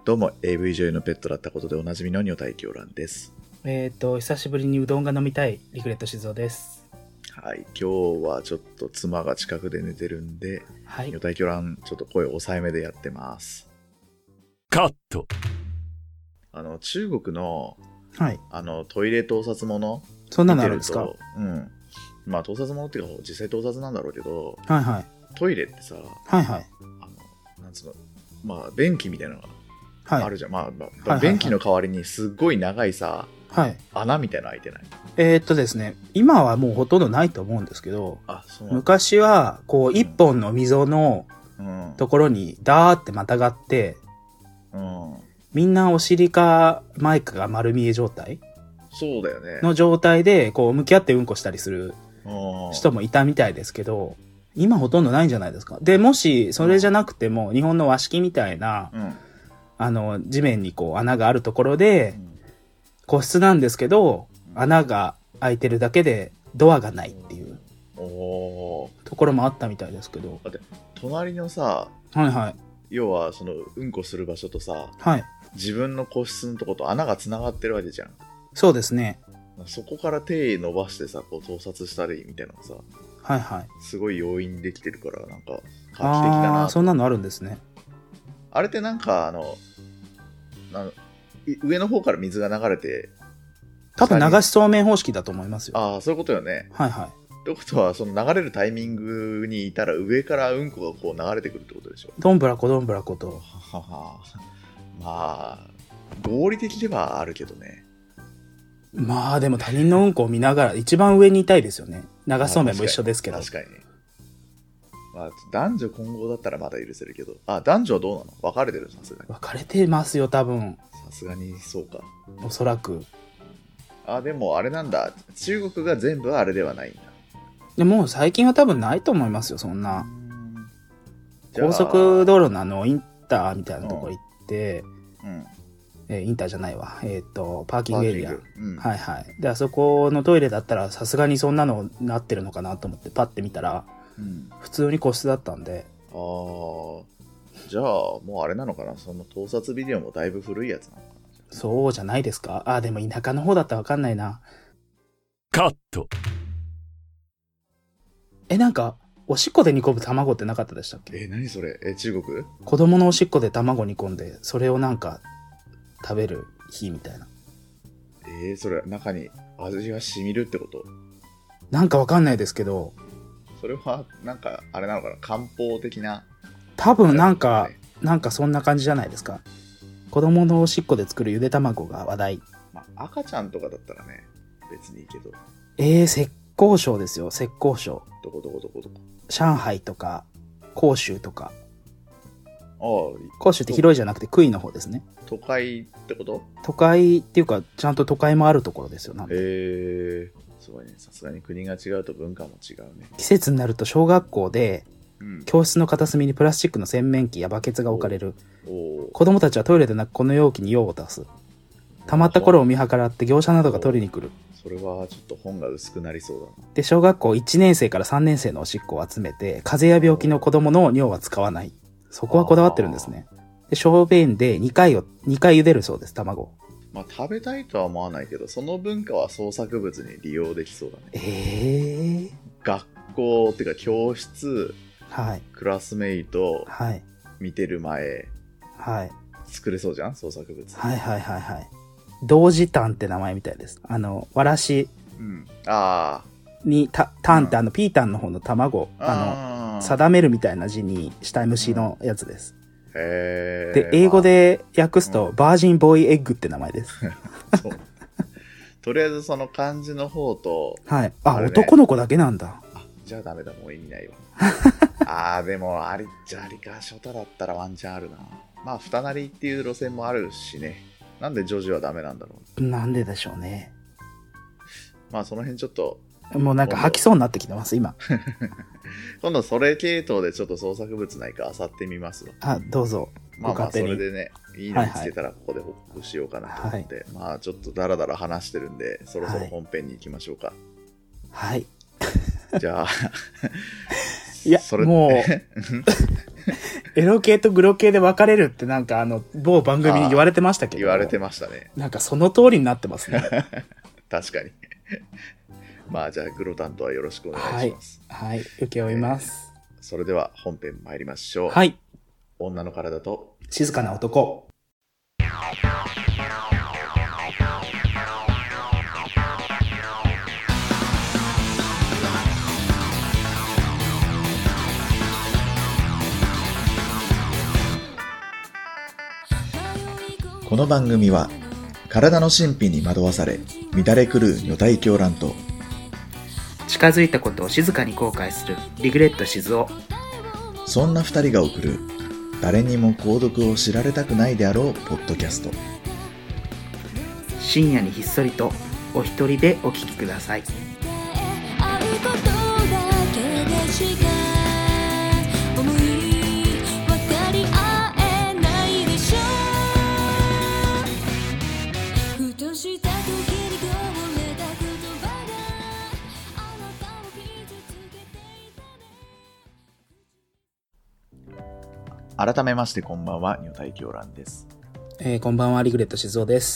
どうも AV 女優のペットだったことでおなじみの女体狂乱です。 久しぶりにうどんが飲みたいリグレット静雄です。 はい、今日はちょっと妻が近くで寝てるんで、はい、女体狂乱ちょっと声抑えめでやってます。 カット。 中国の、 はい、 トイレ盗撮ものそんなのあるんですか？ うん。まあ盗撮ものっていうか実際盗撮なんだろうけど、 はいはい、 トイレってさ、 はいはい、 なんつうの、まあ便器みたいなのがあるじゃん。 はい、 まあ、便器の代わりにすっごい長いさ、 はい、 穴みたいなの開いてない？ ですね、今はもうほとんどないと思うんですけど、昔はこう一本の溝のところにダーってまたがって、みんなお尻かマイクが丸見え状態そうだよねの状態でこう向き合ってうんこしたりする人もいたみたいですけど、今ほとんどないんじゃないですか。で、もしそれじゃなくても、日本の和式みたいな、地面にこう穴があるところで、個室なんですけど、穴が開いてるだけでドアがないっていうところもあったみたいですけど。 だって隣のさ、 はいはい、 要はそのうんこする場所とさ、 はい、 自分の個室のとこと穴がつながってるわけじゃん。 そうですね。 そこから手伸ばしてさ、こう盗撮したりみたいなのさ、 はいはい、 すごい容易にできてるから、なんか画期的だな。 そんなのあるんですね。 あれってなんか上の方から水が流れて、 多分流しそうめん方式だと思いますよ。 ああ、そういうことよね。 はいはい。 ってことは、その流れるタイミングにいたら上からうんこがこう流れてくるってことでしょ。 どんぶらこどんぶらこと。 はは。まあ合理的ではあるけどね。 まあでも他人のうんこを見ながら一番上にいたいですよね。流しそうめんも一緒ですけど。 確かに。まあ、男女混合だったらまだ許せるけど、男女はどうなの？分かれてる？さすがに分かれてますよ、多分。 さすがにそうか。 おそらく。 でもあれなんだ、中国が全部はあれではないんだ。 でも最近は多分ないと思いますよ、そんな。高速道路のインターみたいなとこ行って、インターじゃないわ、パーキングエリア、はいはい。で、あそこのトイレだったらさすがにそんなのなってるのかなと思ってパッて見たら、普通に個室だったんで。 じゃあもうあれなのかな、その盗撮ビデオもだいぶ古いやつなのかな。 そうじゃないですか。でも田舎の方だったら分かんないな。 カット。 なんかおしっこで煮込む卵ってなかったでしたっけ？ 何それ？中国？ 子供のおしっこで卵煮込んで、それをなんか食べる日みたいな。 それ中に味が染みるってこと？ なんかわかんないですけど、 それはなんかあれなのかな、漢方的な。 多分なんかそんな感じじゃないですか。子供のおしっこで作るゆで卵が話題。 赤ちゃんとかだったらね別にいいけど。 浙江省ですよ、浙江省。 どこ上海とか広州とか。広州って広いじゃなくて杭の方ですね。 都会ってこと？ 都会っていうかちゃんと都会もあるところですよ。 すごいね。さすがに国が違うと文化も違うね。 季節になると小学校で、教室の片隅にプラスチックの洗面器やバケツが置かれる。子供たちはトイレでなくこの容器に用を出す。溜まった頃を見計らって業者などが取りに来る。 それはちょっと本が薄くなりそうだな。 で、小学校1年生から3年生のおしっこを集めて、風邪や病気の子供の尿は使わない。そこはこだわってるんですね。で、小便で2回茹でるそうです、卵。 食べたいとは思わないけど、その文化は創作物に利用できそうだね。 学校っていうか教室、 はい、 クラスメイト、 はい、 見てる前、 はい、 作れそうじゃん、創作物。 はいはいはいはい。同時タンって名前みたいです。わらしにタンってピータンの方の卵、定めるみたいな字に下虫のやつです。で、英語で訳すと、バージンボーイエッグって名前です。 とりあえずその漢字の方と、 はい。男の子だけなんだ。 じゃあダメだ、もう意味ないわ。でもありか、初太だったらワンチャンあるな。二なりっていう路線もあるしね。なんで女児はダメなんだろう。なんででしょうね。 その辺ちょっと。 もうなんか吐きそうになってきてます、今。 今度それ系統でちょっと創作物ないか漁ってみますわ。 どうぞ。 それでね、いいの見つけたらここで報告しようかなと思って。ちょっとダラダラ話してるんで、そろそろ本編に行きましょうか。 はい。 じゃあ。 いや、もう、 エロ系とグロ系で分かれるってなんか某番組に言われてましたけど。 言われてましたね。 なんかその通りになってますね。 確かに。まあじゃあグロ担当はよろしくお願いします。 はい。請け負います。 それでは本編参りましょう。 はい。 女の体と静かな男。 この番組は体の神秘に惑わされ乱れ狂う女体狂乱と近づいたことを静かに後悔するリグレット静雄、 そんな二人が送る誰にも購読を知られたくないであろうポッドキャスト。 深夜にひっそりとお一人でお聞きください。 改めましてこんばんは、女体狂乱です。 こんばんは、リグレット静雄です。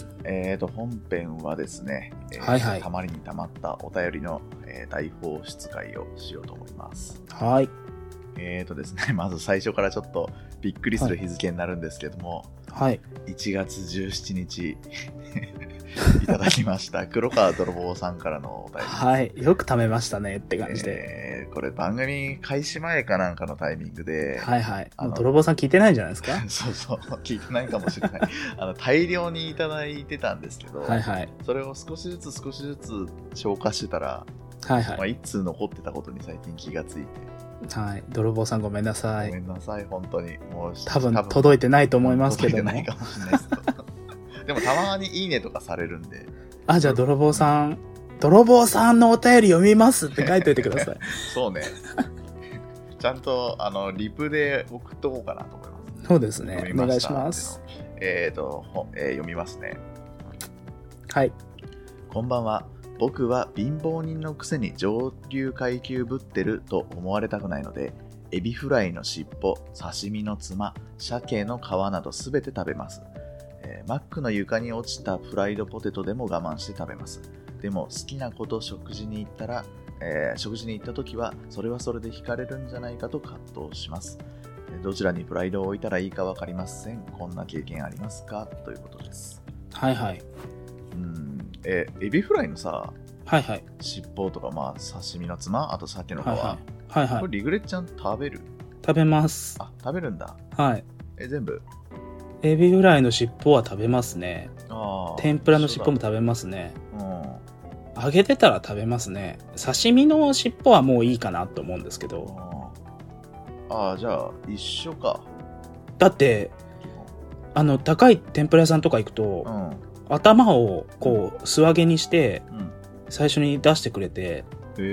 本編はですね、 はいはい、 たまりにたまったお便りの、大放出会をしようと思います。 はい。 ですね、まず最初からちょっとびっくりする日付になるんですけども、 はい。 1月17日いただきました黒川泥棒さんからのお便り。 はい。よく貯めましたねって感じで。 これ番組開始前かなんかのタイミングで、 はいはい。泥棒さん聞いてないんじゃないですか？ そうそう、聞いてないかもしれない。大量にいただいてたんですけど、 はいはい。 それを少しずつ消化してたら、 はいはい。 まあ、一通残ってたことに最近気がついて。はい。泥棒さんごめんなさい。 ごめんなさい、本当に。もう多分届いてないと思いますけども。 届いてないかもしれないですけど。でもたまにいいねとかされるんで。 じゃあ泥棒さんのお便り読みますって書いといてください。 そうね。ちゃんとリプで送っとこうかなと思います。 そうですね。お願いします。 読みますね。 はい。 こんばんは。僕は貧乏人のくせに上流階級ぶってると思われたくないので、エビフライの尻尾、刺身のつま、鮭の皮などすべて食べます。マックの床に落ちたフライドポテトでも我慢して食べます。でも好きな子と食事に行った時はそれはそれで惹かれるんじゃないかと葛藤します。どちらにプライドを置いたらいいか分かりません。こんな経験ありますか？ということです。 はいはい。 エビフライのさ、 はいはい、 尻尾とか、まあ刺身のつま、あと鮭の皮、 はいはい、 これリグレッちゃん食べる？ 食べます。 食べるんだ。 はい。 全部？ エビフライの尻尾は食べますね。天ぷらの尻尾も食べますね。揚げてたら食べますね。刺身の尻尾はもういいかなと思うんですけど。 じゃあ一緒か。 だって高い天ぷら屋さんとか行くと、頭をこう素揚げにして最初に出してくれて、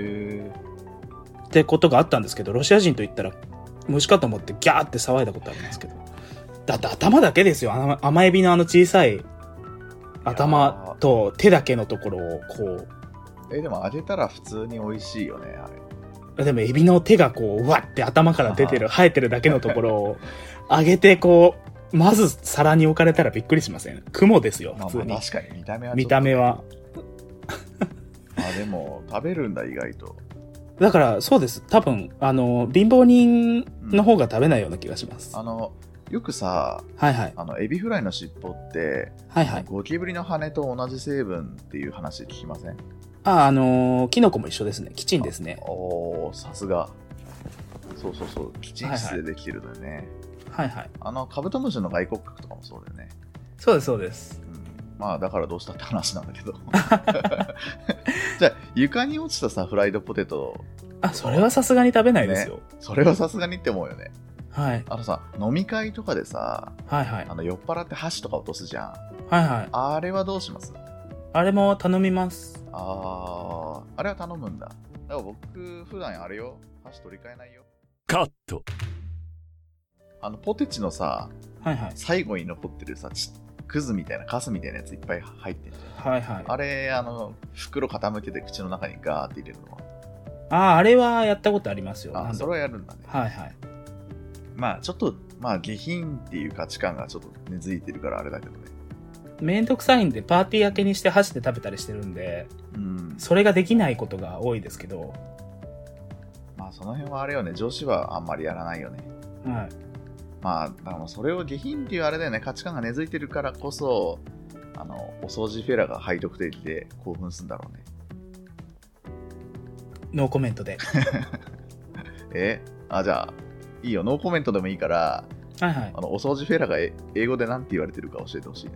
ってことがあったんですけど、ロシア人と言ったら虫かと思ってギャーって騒いだことあるんですけど、だって頭だけですよ。甘エビの小さい頭と手だけのところをこう。 でも揚げたら普通に美味しいよね、あれ。 でもエビの手がこううわって頭から生えてるだけのところを揚げてこうまず皿に置かれたらびっくりしません？雲ですよ、普通に。 確かに見た目はでも食べるんだ、意外と。 だからそうです。多分貧乏人の方が食べないような気がします。 よくさ、 はいはい、 エビフライの尻尾って、 はいはい、 ゴキブリの羽と同じ成分っていう話聞きません？ キノコも一緒ですね。キチンですね。 さすが。そう、キチン質でできてるんだよね。 はいはい。 カブトムシの外骨格とかもそうだよね。 そうです。 まあだからどうしたって話なんだけど。じゃあ床に落ちたさフライドポテト。 それはさすがに食べないですよ。ね、 それはさすがにって思うよね。 はい。 さ飲み会とかでさ、 はいはい、 酔っ払って箸とか落とすじゃん。 はいはい。 あれはどうします？ あれも頼みます。 あれは頼むんだ。だから僕普段あれよ、箸取り替えないよ。 カット。 ポテチのさ、 はいはい、 最後に残ってるさ、クズみたいなカスみたいなやついっぱい入ってるじゃん。 はいはい。 あれ袋傾けて口の中にガーって入れるのは。 あれはやったことありますよ。 それはやるんだね。 はいはい。 まあちょっとまあ下品っていう価値観がちょっと根付いてるからあれだけどね。 めんどくさいんでパーティー明けにして箸で食べたりしてるんで、それができないことが多いですけど。 まあその辺はあれよね、女子はあんまりやらないよね。 はい。 まあだからそれを下品っていうあれだよね、価値観が根付いてるからこそ、お掃除フェラが背徳的で興奮するんだろうね。 ノーコメントで。 じゃあいいよ、ノーコメントでもいいから、 はいはい。 お掃除フェラが英語でなんて言われてるか教えてほしいな。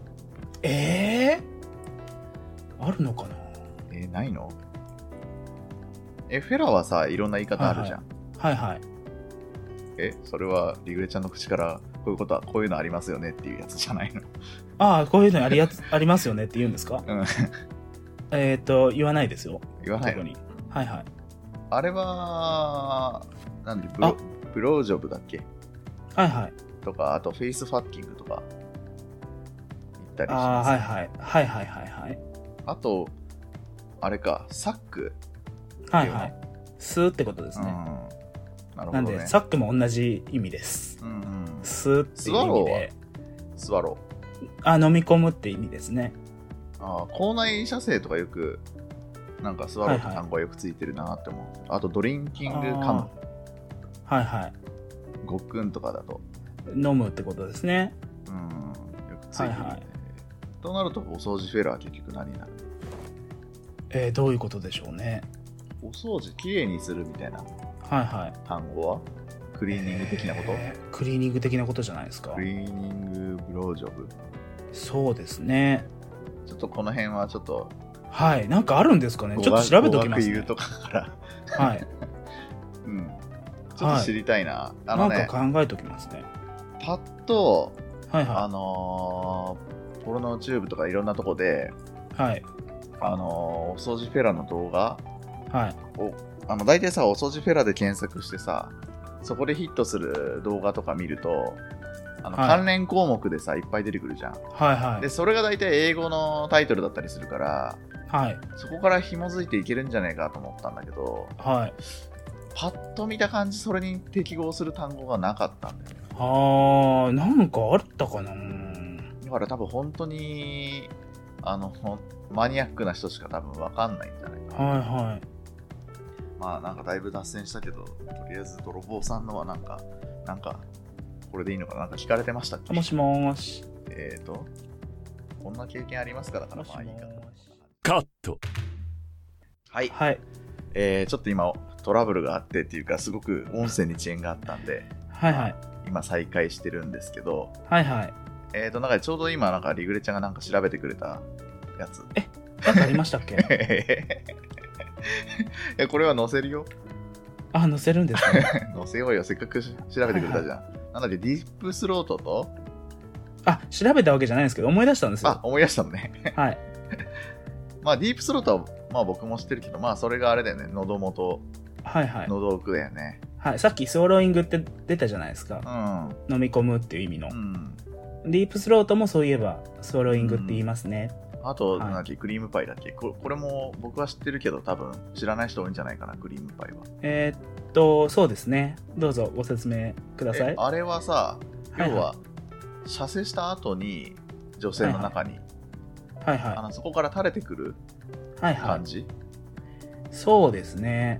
あるのかな。 ないの？フェラはさ、いろんな言い方あるじゃん。 はいはい。 それはリグレちゃんの口からこういうのありますよねっていうやつじゃないの？ こういうのありますよねって言うんですか？言わないですよ。 言わないの？ はいはい。 あれはなんでブロージョブだっけ？ はいはい。 とか、あとフェイスファッキングとか言ったりします。 はいはい。はいはいはいはい。 あとあれか、サック。 はいはい。スーってことですね。 なるほどね。 なんでサックも同じ意味です。スーっていう意味で。 スワロー。 飲み込むって意味ですね。 校内射精とかよくなんかスワローって単語がよくついてるなって思う。あとドリンキングカム。 はいはい。 ごっくんとかだと飲むってことですね。 よくついてる、ね。はいはい。となるとお掃除フェラーは結局何になる？ どういうことでしょうね。 お掃除きれいにするみたいな単語はクリーニング的なこと？ クリーニング的なことじゃないですか。 クリーニングブロージョブ。 そうですね。 ちょっとこの辺はちょっとなんかあるんですかね。ちょっと調べておきますね。 語学言うとかからはいちょっと知りたいな。 なんか考えておきますね。 パッとポルノチューブとかいろんなとこでお掃除フェラの動画を大体さ、お掃除フェラで検索してさ、そこでヒットする動画とか見ると関連項目でさいっぱい出てくるじゃん。でそれが大体英語のタイトルだったりするから、そこから紐づいていけるんじゃないかと思ったんだけど、パッと見た感じそれに適合する単語がなかったんだよね。 なんかあったかな。 だから多分本当にマニアックな人しか多分分かんないんじゃないかな。まあなんかだいぶ脱線したけど、とりあえず泥棒さんのはなんかこれでいいのかな、なんか聞かれてましたっけ？ もしもーし。 こんな経験ありますか？だからまあいいかと。 カット。 はい。ちょっと今トラブルがあってっていうか、すごく音声に遅延があったんで、今再開してるんですけど、なんかちょうど今なんかリグレちゃんがなんか調べてくれたやつ。 なんかありましたっけ？ これは載せるよ。 載せるんですね。 載せようよ、せっかく調べてくれたじゃん。なんだっけ、ディープスロートと調べたわけじゃないんですけど、思い出したんですよ。 思い出したのね。まあディープスロートはまあ僕も知ってるけど、まあそれがあれだよね、喉元、喉奥だよね。 さっきスワローイングって出たじゃないですか。飲み込むっていう意味の。ディープスロートもそういえばスワローイングって言いますね。 あと、なんだっけ、クリームパイだっけ。これも僕は知ってるけど、多分知らない人多いんじゃないかな、クリームパイは。 そうですね。どうぞご説明ください。 あれはさ、要は、射精した後に、女性の中に、そこから垂れてくる感じ？ そうですね。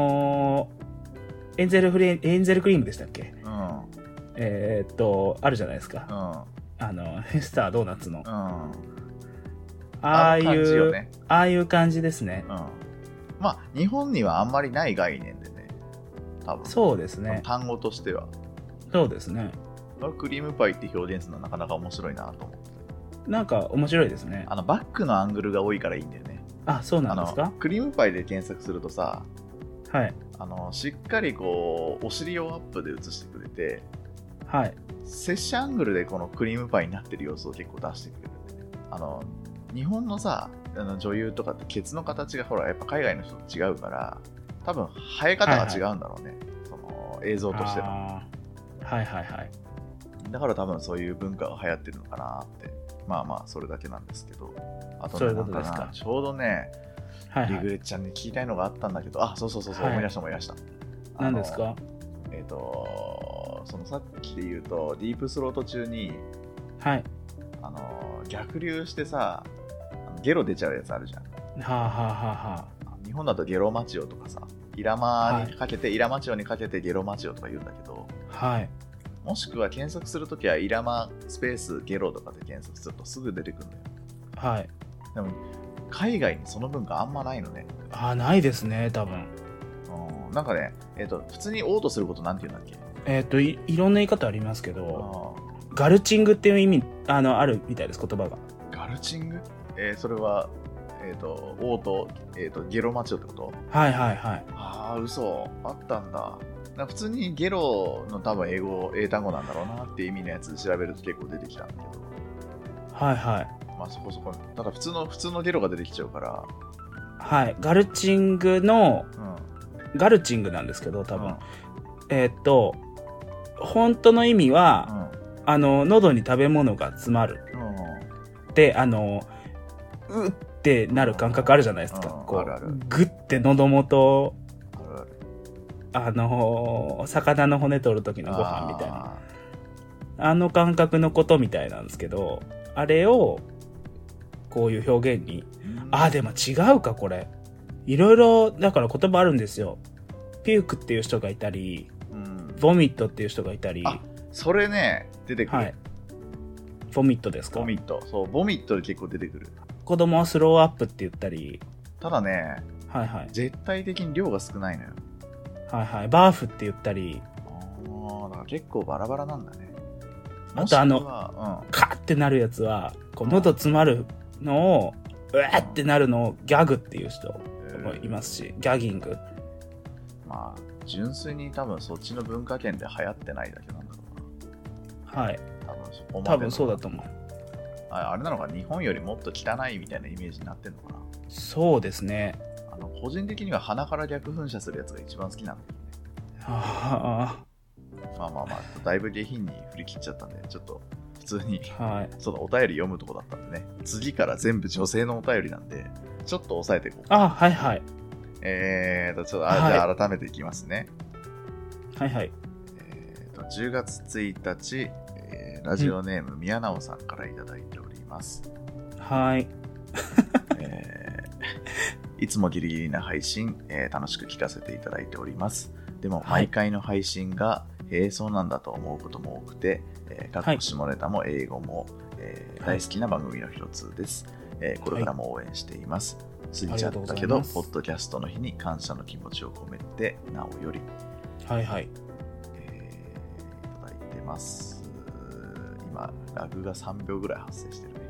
エンゼルクリームでしたっけ？あるじゃないですか。ミスタードーナツの。ああいう感じですね。 まあ日本にはあんまりない概念でね、多分。そうですね。単語としては。 そうですね。 クリームパイって表現するのはなかなか面白いなと思って。 なんか面白いですね。 バックのアングルが多いからいいんだよね。 そうなんですか？ クリームパイで検索するとさ、しっかりこうお尻をアップで映してくれて、接写アングルでこのクリームパイになってる様子を結構出してくれるんでね。日本のさ、女優とかってケツの形がほらやっぱ海外の人と違うから、多分生え方が違うんだろうね、その映像としての。だから多分そういう文化が流行ってるのかなって、まあまあそれだけなんですけど、あとね、なんかな、ちょうどね、リグレちゃんに聞きたいのがあったんだけど、そう思い出した。 何ですか？ そのさっきで言うとディープスロート中に、 はい、 逆流してさゲロ出ちゃうやつあるじゃん。 はあはあはあはあ。日本だとゲロマチオとかさ、イラマにかけて、イラマチオにかけてゲロマチオとか言うんだけど、 はい。 もしくは検索するときはイラマスペースゲロとかで検索するとすぐ出てくるんだよ。 はい。 でも海外にその文化あんまないのね。 ないですね、多分。 なんかね、普通にオートすることなんて言うんだっけ？いろんな言い方ありますけど、ガルチングっていう意味、あるみたいです、言葉が。 ガルチング？それは、オート、ゲロマチオってこと？ はいはいはい。 ああ、嘘。あったんだ。普通にゲロの多分英単語なんだろうなっていう意味のやつ調べると結構出てきたんだけど。 はいはい。 まあそこそこ。ただ普通のゲロが出てきちゃうから。 はい。ガルチングの、ガルチングなんですけど、多分。本当の意味は、喉に食べ物が詰まる。で、うってなる感覚あるじゃないですか。こう、 あるある。 グッて喉元、魚の骨取る時のご飯みたいな。感覚のことみたいなんですけど、あれを、こういう表現に。でも違うか、これ。いろいろ、だから言葉あるんですよ。ピュークっていう人がいたり、ボミットっていう人がいたり。 それね、出てくる。はい。 ボミットですか？ ボミット。そう、ボミットで結構出てくる。 子供はスローアップって言ったり。 ただね、 はいはい。 絶対的に量が少ないのよ。 はいはい。バーフって言ったり。 だから結構バラバラなんだね。 あとカーってなるやつは、こう喉詰まるのを、うわーってなるのをギャグっていう人もいますし、ギャギング。 まあ、純粋に多分そっちの文化圏で流行ってないだけなんだろうな。はい。多分そうだと思う。 あれなのか、日本よりもっと汚いみたいなイメージになってんのかな。 そうですね。 個人的には鼻から逆噴射するやつが一番好きなんだけどね。まあ、だいぶ下品に振り切っちゃったんで、ちょっと普通に、そうだ、お便り読むとこだったんでね。次から全部女性のお便りなんで、ちょっと抑えていこう。 はいはい。 ちょっと、じゃあ改めていきますね。 はいはい。 10月1日、ラジオネーム宮直さんからいただいております。 はい。 いつもギリギリな配信、楽しく聞かせていただいております。でも毎回の配信が、そうなんだと思うことも多くて、下ネタも英語も、大好きな番組の一つです。これからも応援しています。過ぎちゃったけど、ポッドキャストの日に感謝の気持ちを込めて、なおより。 はいはい。 いただいてます。今、ラグが3秒ぐらい発生してるね。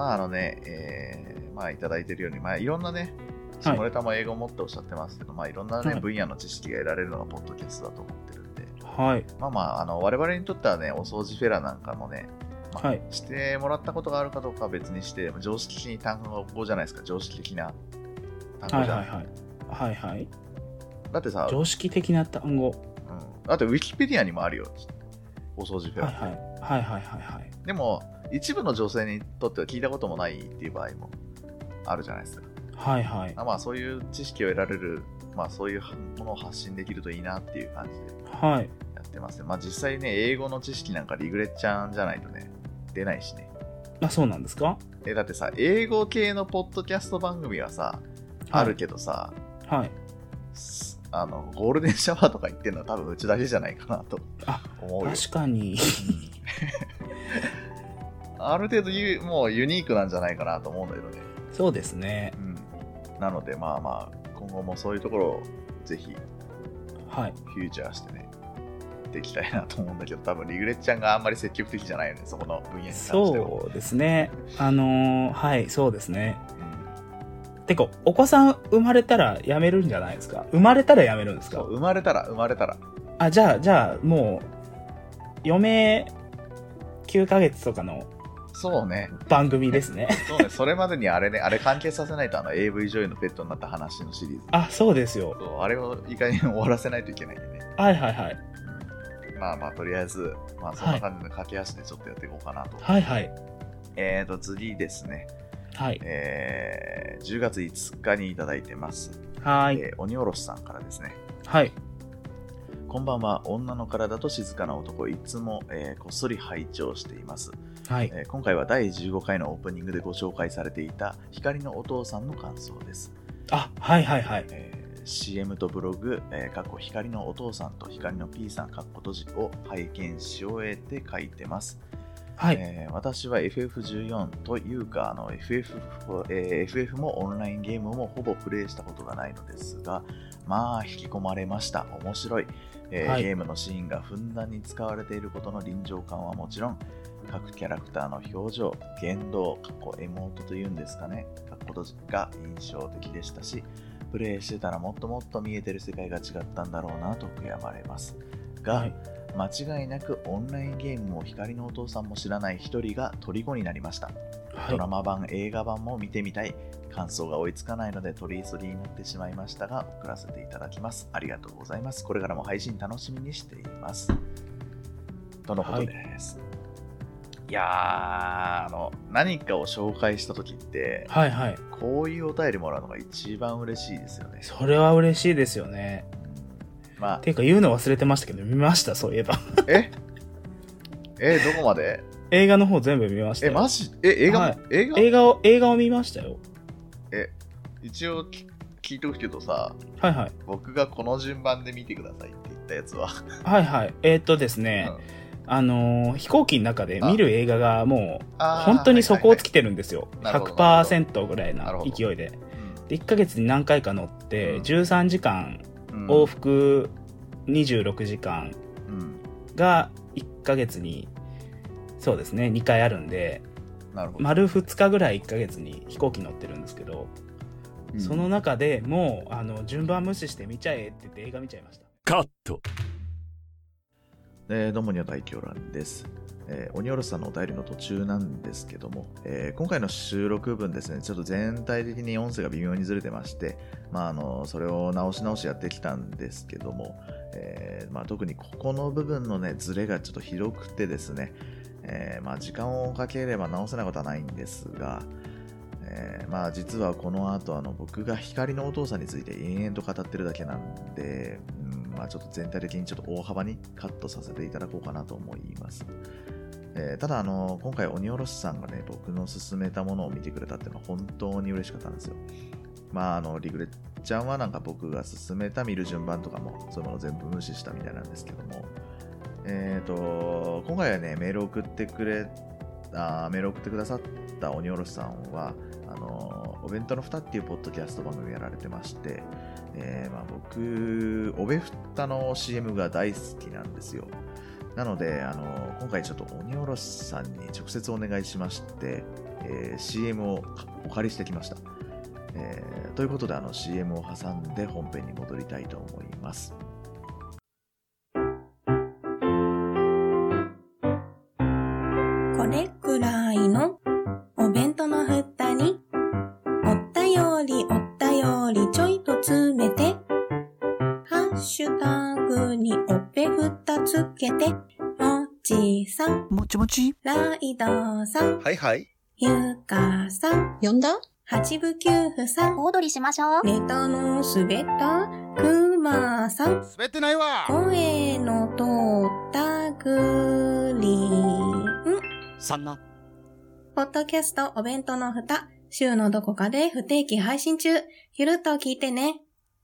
いただいてるように、いろんなね、下ネタも英語もっておっしゃってますけど、いろんなね、分野の知識が得られるのがポッドキャストだと思ってるんで、 はい。 我々にとってはね、お掃除フェラなんかもね、してもらったことがあるかどうかは別にして、常識的に単語じゃないですか、常識的な単語じゃない。 はいはい。 だってさ、 常識的な単語。 だってウィキペディアにもあるよ、お掃除フェラ。 はい。 でも、一部の女性にとっては聞いたこともないっていう場合もあるじゃないですか。 はいはい。 そういう知識を得られる、そういうものを発信できるといいなっていう感じでやってますね。実際ね、英語の知識なんかリグレッちゃんじゃないとね、出ないしね。 そうなんですか？ だってさ、英語系のポッドキャスト番組はさ、あるけどさ、ゴールデンシャワーとか言ってるのは多分うちだけじゃないかなと思うよ。 確かに。 ある程度もうユニークなんじゃないかなと思うんだけどね。 そうですね。 なので今後もそういうところをぜひフューチャーしてね、でいきたいなと思うんだけど、多分リグレッちゃんがあんまり積極的じゃないよね、そこの分野に関しては。 そうですね。そうですね。てか、お子さん生まれたら辞めるんじゃないですか？生まれたら辞めるんですか？ そう、生まれたら。 じゃあ、もう、余命9ヶ月とかのそうね。 番組ですね。 そうね。それまでにあれ関係させないとAV 女優のペットになった話のシリーズ。 そうですよ。 あれをいかに終わらせないといけないんでね。 はい。 とりあえず、そんな感じの駆け足でちょっとやっていこうかなと。 はい。 次ですね。 はい。 10月5日にいただいてます。 はい。 鬼おろしさんからですね。 はい。 こんばんは。女の体と静かな男、いつも、こっそり拝聴しています。 はい。 今回は第15回のオープニングでご紹介されていた光のお父さんの感想です。 あ、はいはいはい。 CM とブログ、光のお父さんと光の P さん閉じを拝見し終えて書いてます。はい。私は FF14 というかFF もオンラインゲームもほぼプレイしたことがないのですが、まあ引き込まれました。面白い。はい、ゲームのシーンがふんだんに使われていることの臨場感はもちろん、各キャラクターの表情、言動、エモートというんですかね、が印象的でしたし、プレイしてたらもっともっと見えてる世界が違ったんだろうなと悔やまれますが、はい、間違いなくオンラインゲームも光のお父さんも知らない一人が虜になりました。はい、ドラマ版、映画版も見てみたい。感想が追いつかないので取り急ぎになってしまいましたが、送らせていただきます。ありがとうございます。これからも配信楽しみにしています。とのことです。はい、いや何かを紹介したときって、はいはい、こういうお便りもらうのが一番嬉しいですよね。 それは嬉しいですよね。まあ、ていうか言うの忘れてましたけど、見ました、そういえば。 どこまで？ 映画の方全部見ましたよ。 マジ？映画も、はい、 映画を見ましたよ。 一応聞いておくけどさ、 はいはい、 僕がこの順番で見てくださいって言ったやつははいはい、ですね、飛行機の中で見る映画がもう本当に底をつきてるんですよ。100% ぐらいな勢いで。で1ヶ月に何回か乗って13時間、往復26時間が1ヶ月にそうですね2回あるんで、丸2日ぐらい1ヶ月に飛行機乗ってるんですけど、その中でもう順番無視して見ちゃえって言って映画見ちゃいました。 カット。 どうもには大京蘭です。鬼おろしさんのお便りの途中なんですけども、今回の収録分ですね、ちょっと全体的に音声が微妙にずれてまして、それを直しやってきたんですけども、特にここの部分のねずれがちょっとひどくてですね、時間をかければ直せないことはないんですが、実はこの後僕が光のお父さんについて延々と語ってるだけなんで、ちょっと全体的にちょっと大幅にカットさせていただこうかなと思います。ただ今回鬼おろしさんがね僕の勧めたものを見てくれたっていうのは本当に嬉しかったんですよ。リグレッちゃんはなんか僕が勧めた見る順番とかもそういうものを全部無視したみたいなんですけども、今回はねメールを送ってくださった鬼おろしさんはお弁当の蓋っていうポッドキャスト番組やられてまして、僕おべふたの CM が大好きなんですよ。なので今回ちょっと鬼おろしさんに直接お願いしまして、CM をお借りしてきました。ということでCM を挟んで本編に戻りたいと思います。 これくらいのお弁当の蓋におったよりちょいと詰めてハッシュタグにおべふたつけてもちさんもちもちライドさんはいはいゆかさん呼んだ八部九夫さん小躍りしましょう。 ネタの滑ったくまさん滑ってないわ。 声の通ったグリーンさんなポッドキャストお弁当の蓋、週のどこかで不定期配信中。ゆるっと聞いてね。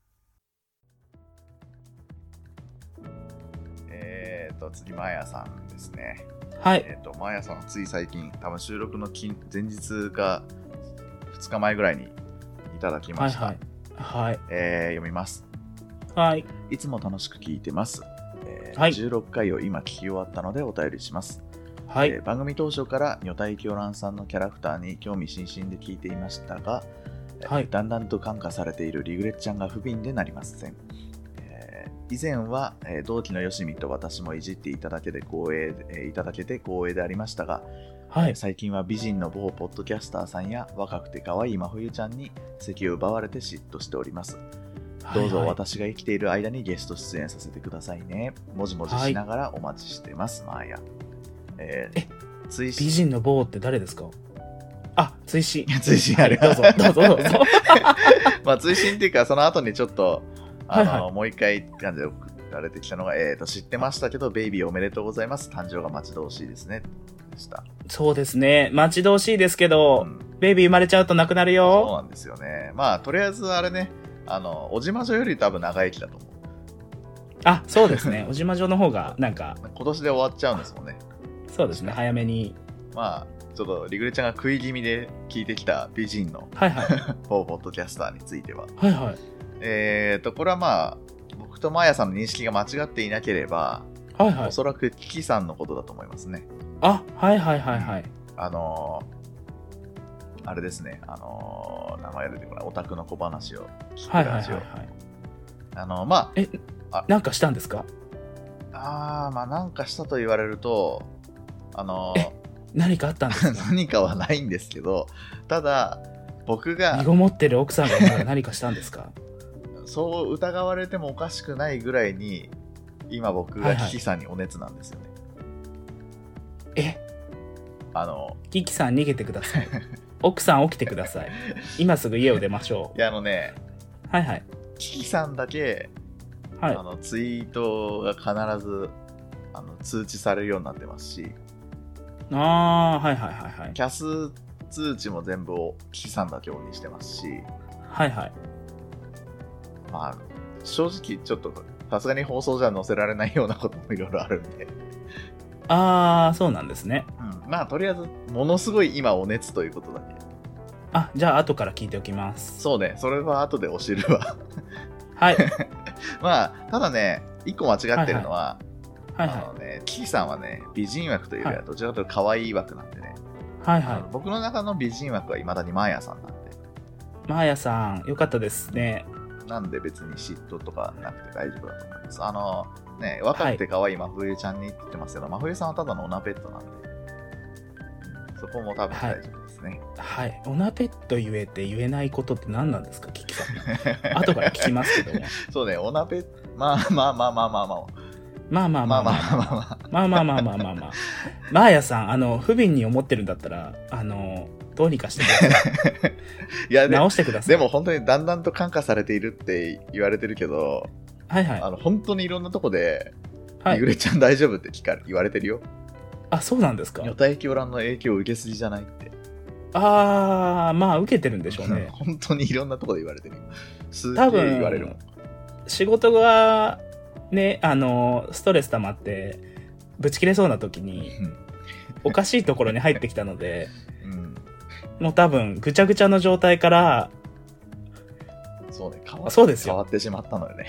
次マヤさんですね。 はい。 マヤさんはつい最近、多分収録の前日か2日前ぐらいにいただきました。 はい。 読みます。 はい。 いつも楽しく聞いてます。 はい。 16回を今聞き終わったのでお便りします。 はい。 番組当初から女体狂乱さんのキャラクターに興味津々で聞いていましたが、はい、だんだんと感化されているリグレッちゃんが不憫でなりません。以前は、同期のよしみと私もいじっていただけて光栄でありましたが、はい、最近は美人の某ポッドキャスターさんや若くて可愛い真冬ちゃんに席を奪われて嫉妬しております。どうぞ私が生きている間にゲスト出演させてくださいね。もじもじしながらお待ちしてます。マーヤ。 美人の某って誰ですか？追伸ありがとう。 どうぞ。 追伸っていうかその後にちょっともう一回感じで送っられてきたのが、知ってましたけどベイビーおめでとうございます、誕生が待ち遠しいですねでした。 そうですね、待ち遠しいですけど、ベイビー生まれちゃうと亡くなるよ。 そうなんですよね。まあとりあえずあれね、おじまじょより多分長生きだと思う。 あ、そうですね。おじまじょの方がなんか今年で終わっちゃうんですもんね。 そうですね、早めに。 まあちょっとリグレちゃんが食い気味で聞いてきた美人のはいはいポッドキャスターについては、 はいはい、 これはまあ僕とマーヤさんの認識が間違っていなければ、 はいはい、 おそらくキキさんのことだと思いますね。 あ、はいはいはいはい。 あれですね、名前出てこないオタクの小話を聞くラジオ。まあなんかしたんですか？ まあなんかしたと言われると、 何かあったんですか？ 何かはないんですけど、ただ僕が身ごもってる奥さんがいながら何かしたんですか？ そう疑われてもおかしくないぐらいに今僕がキキさんにお熱なんですよね。 キキさん逃げてください。奥さん起きてください。今すぐ家を出ましょう。 いやはいはい、 キキさんだけ、 はい、 ツイートが必ず通知されるようになってますし、 はいはいはいはい、 キャス通知も全部をキキさんだけオンにしてますし、 はいはい、 まあ正直ちょっとさすがに放送じゃ載せられないようなこともいろいろあるんで、 そうなんですね。 まあとりあえずものすごい今お熱ということだけ。 じゃあ後から聞いておきます。 そうね、それは後で教えるわ。 はい。 まあただね、一個間違ってるのは、 はいキキさんはね、美人枠というよりはどちらかというと可愛い枠なんでね。 はいはい。 僕の中の美人枠は未だにマーヤさんなんで。 マーヤさん、よかったですね。 なんで別に嫉妬とかなくて大丈夫だと思います。若くて可愛い真冬ちゃんにって言ってますけど、真冬さんはただのオナペットなんで、そこも多分大丈夫ですね。 はい。オナペット言えて言えないことって何なんですか、キキさん。後から聞きますけども。 そうね、オナペット、まあ。マーヤさん、不憫に思ってるんだったら、どうにかしてください。 いや、 直してください。 でも本当にだんだんと感化されているって言われてるけど、 はいはい。 本当にいろんなとこで、リグレちゃん大丈夫って言われてるよ。 そうなんですか。 女体狂乱の影響を受けすぎじゃないって。 まあ受けてるんでしょうね。 本当にいろんなとこで言われてるよ。多分言われるもん。 仕事がね、ストレス溜まってぶち切れそうな時におかしいところに入ってきたので、もう多分ぐちゃぐちゃの状態から、 そうね、 そうですよ、 変わってしまったのよね。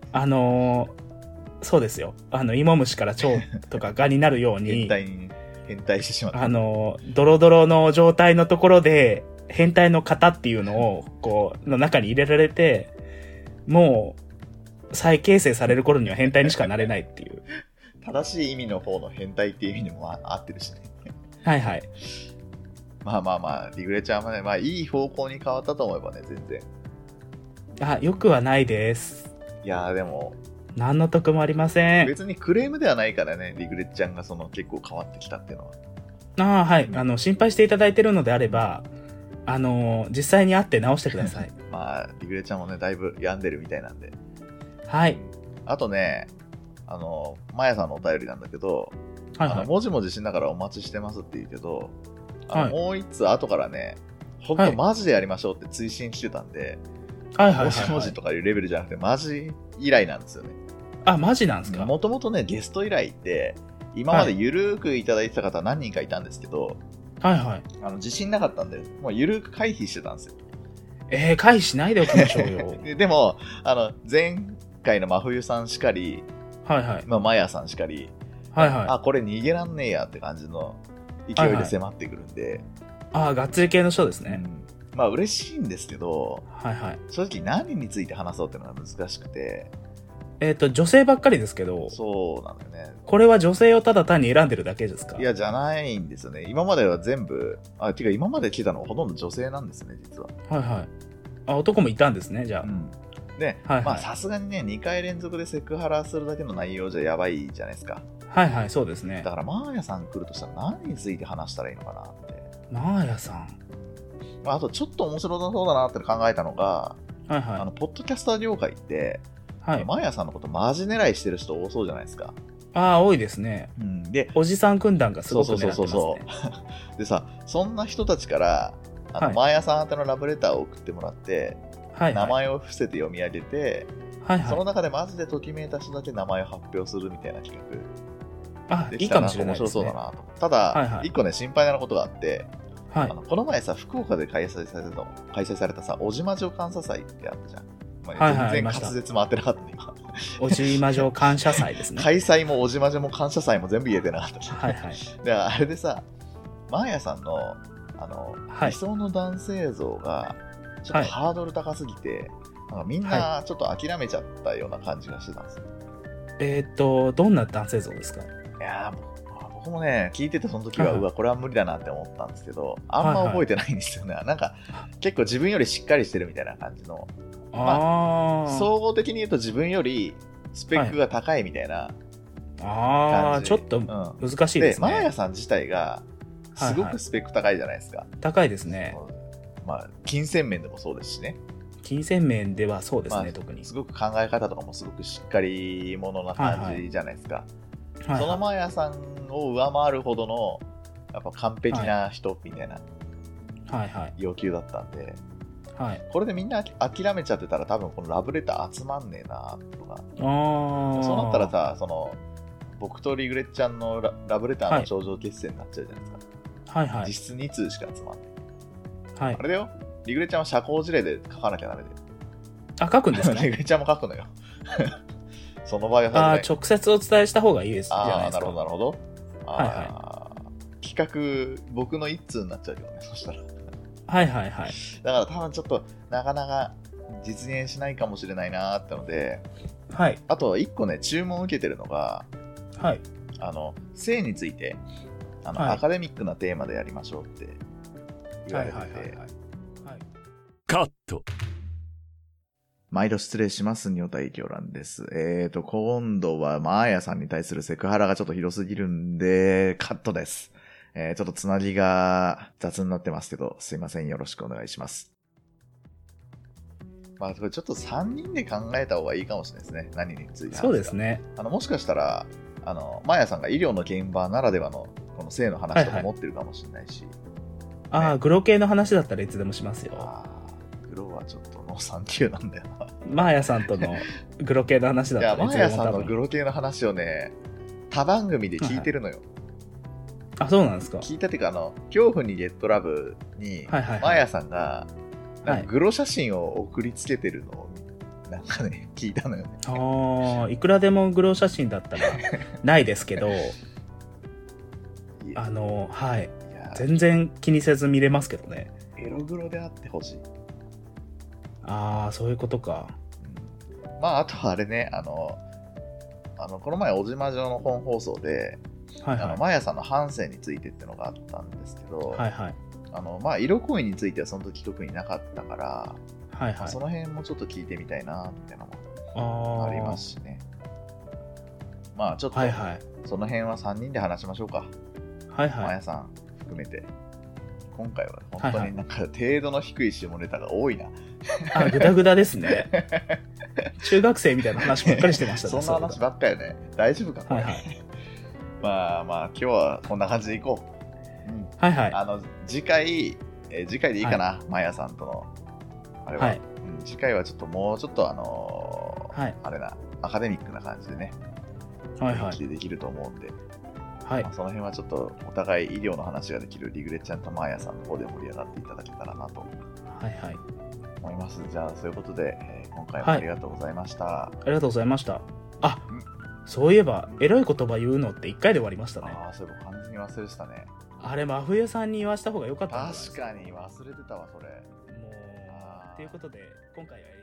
そうですよ。芋虫から蝶とか蛾になるように変態してしまった。 ドロドロの状態のところで変態の型っていうのをの中に入れられて、もう再形成される頃には変態にしかなれないっていう。 正しい意味の方の変態っていう意味にも合ってるしね。 はいはい。 まあリグレちゃんはね、いい方向に変わったと思えばね、全然。 よくはないです。 いやでも何の得もありません。 別にクレームではないからね、リグレちゃんが結構変わってきたっていうのは。 はい。心配していただいてるのであれば、実際に会って直してください。 リグレちゃんもね、だいぶ病んでるみたいなんで。 はい。 あとね、マヤさんのお便りなんだけど、もじもじしながらお待ちしてますって言うけど、もう一つ後からね、ほんとマジでやりましょうって追伸来てたんで、もじもじとかいうレベルじゃなくて、マジ依頼なんですよね。 マジなんですか？ もともとね、ゲスト依頼って、今までゆるーくいただいてた方何人かいたんですけど、自信なかったんで、もうゆるーく回避してたんですよ。 回避しないでおきましょうよ。 でも、前回の真冬さんしかり、マヤさんしかり、これ逃げらんねえやって感じの勢いで迫ってくるんで。 がっつり系の人ですね。 嬉しいんですけど、正直何について話そうっていうのが難しくて。 女性ばっかりですけど。 そうなんだよね。 これは女性をただ単に選んでるだけですか？ いや、じゃないんですよね。今までは全部、てか今まで来たのはほとんど女性なんですね、実は。 男もいたんですね、じゃあ。で、さすがにね、2回連続でセクハラするだけの内容じゃやばいじゃないですか。 そうですね。 だから、マーヤさん来るとしたら何について話したらいいのかなって。 マーヤさん。 あと、ちょっと面白そうだなって考えたのが、ポッドキャスター業界って、 はい。 マーヤさんのことマジ狙いしてる人多そうじゃないですか。 ああ、多いですね。 うん。で、 おじさん軍団がすごく狙ってますね。 そうでさ、そんな人たちからマーヤさん宛てのラブレターを送ってもらって、名前を伏せて読み上げて、その中でマジでときめいた人だけ名前を発表するみたいな企画できたら面白そうだなと。ただ、一個ね、心配なことがあって、この前さ、福岡で開催されたさ、小島城感謝祭ってあったじゃん。全然滑舌回ってなかったね、今。 小島城感謝祭ですね。 開催も小島城も感謝祭も全部言えてなかったじゃん。だからあれでさ、マーヤさんの理想の男性像がちょっとハードル高すぎて、みんなちょっと諦めちゃったような感じがしてたんですよ。 どんな男性像ですか？いや僕もね、聞いててその時は、うわ、これは無理だなって思ったんですけど、あんま覚えてないんですよね。なんか結構自分よりしっかりしてるみたいな感じの、総合的に言うと自分よりスペックが高いみたいな感じ。 ちょっと難しいですね。 で、マーヤさん自体がすごくスペック高いじゃないですか。 高いですね。 金銭面でもそうですしね。 金銭面ではそうですね、特に。 すごく考え方とかもすごくしっかり者な感じじゃないですか。そのマーヤさんを上回るほどのやっぱ完璧な人みたいな要求だったんで、これでみんな諦めちゃってたら多分このラブレター集まんねえなとか。そうなったらさ、僕とリグレッちゃんのラブレターの頂上決戦になっちゃうじゃないですか。実質2通しか集まんない。あれだよ、リグレちゃんは社交辞令で書かなきゃダメで。 書くんですか？ リグレちゃんも書くのよ。その場合は直接お伝えした方がいいですじゃないですか。 なるほど。企画、僕の一通になっちゃうよね、そしたら。だから多分ちょっとなかなか実現しないかもしれないなーってので、あと1個ね、注文を受けてるのが、性についてアカデミックなテーマでやりましょうって言われてて、 カット。 毎度失礼します。女体狂乱です。今度はマーヤさんに対するセクハラがちょっとひどすぎるんで、カットです。ちょっとつなぎが雑になってますけど、すいません。よろしくお願いします。これちょっと3人で考えた方がいいかもしれないですね。何について。 そうですね。 もしかしたら、マーヤさんが医療の現場ならではのこの性の話とか持ってるかもしれないし。 グロ系の話だったらいつでもしますよ。 グロはちょっとノーサンキューなんだよな。 マーヤさんとのグロ系の話だったらいつでも。 マーヤさんのグロ系の話をね、他番組で聞いてるのよ。 そうなんですか。 聞いたっていうか、恐怖にゲットラブに、マーヤさんが、グロ写真を送りつけてるのを、なんかね、聞いたのよね。 いくらでもグロ写真だったらないですけど、全然気にせず見れますけどね。 エログロであってほしい。 そういうことか。 あとはあれね、この前、小島城の本放送で、マーヤさんの反省についてってのがあったんですけど、色恋についてはその時特になかったから、その辺もちょっと聞いてみたいなってのもありますしね。ちょっと、その辺は3人で話しましょうか。マーヤさん含めて。今回は本当になんか程度の低い下ネタが多いな。 グダグダですね。中学生みたいな話ばっかりしてましたね。 そんな話ばっかりよね。大丈夫かこれ。今日はこんな感じでいこう。次回でいいかな、マーヤさんとのあれは、次回はちょっともうちょっとあれなアカデミックな感じでね、できると思うんで、その辺はちょっとお互い医療の話ができるリグレッちゃんとマーヤさんの方で盛り上がっていただけたらなと思います。じゃあそういうことで、今回もありがとうございました。 ありがとうございました。そういえばエロい言葉言うのって1回で終わりましたね。 そういえば完全に忘れてたね。 あれ真冬さんに言わした方が良かったんです。 確かに忘れてたわそれ。 ということで今回は